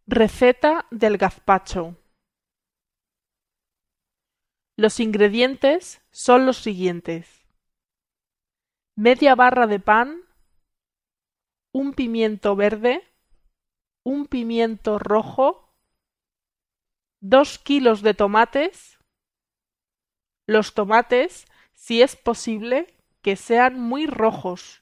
Receta del gazpacho. Los ingredientes son los siguientes: media barra de pan, un pimiento verde, un pimiento rojo, 2 kilos de tomates. Los tomates, si es posible, que sean muy rojos.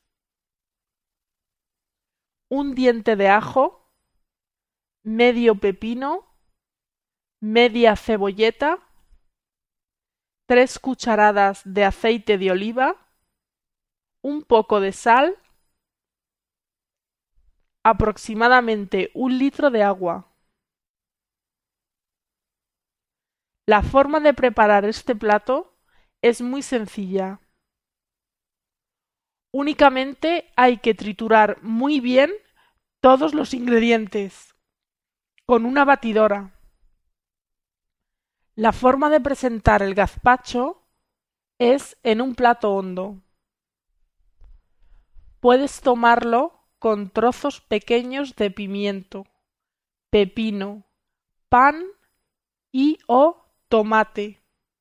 Un diente de ajo, medio pepino, media cebolleta, 3 cucharadas de aceite de oliva, un poco de sal, aproximadamente 1 litro de agua. La forma de preparar este plato es muy sencilla. Únicamente hay que triturar muy bien todos los ingredientes con una batidora. La forma de presentar el gazpacho es en un plato hondo. Puedes tomarlo con trozos pequeños de pimiento, pepino, pan y o tomate.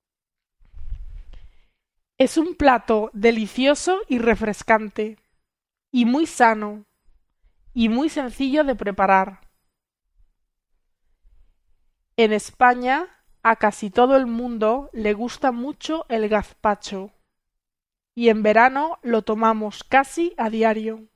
Es un plato delicioso y refrescante, y muy sano, y muy sencillo de preparar. En España, a casi todo el mundo le gusta mucho el gazpacho, y en verano lo tomamos casi a diario.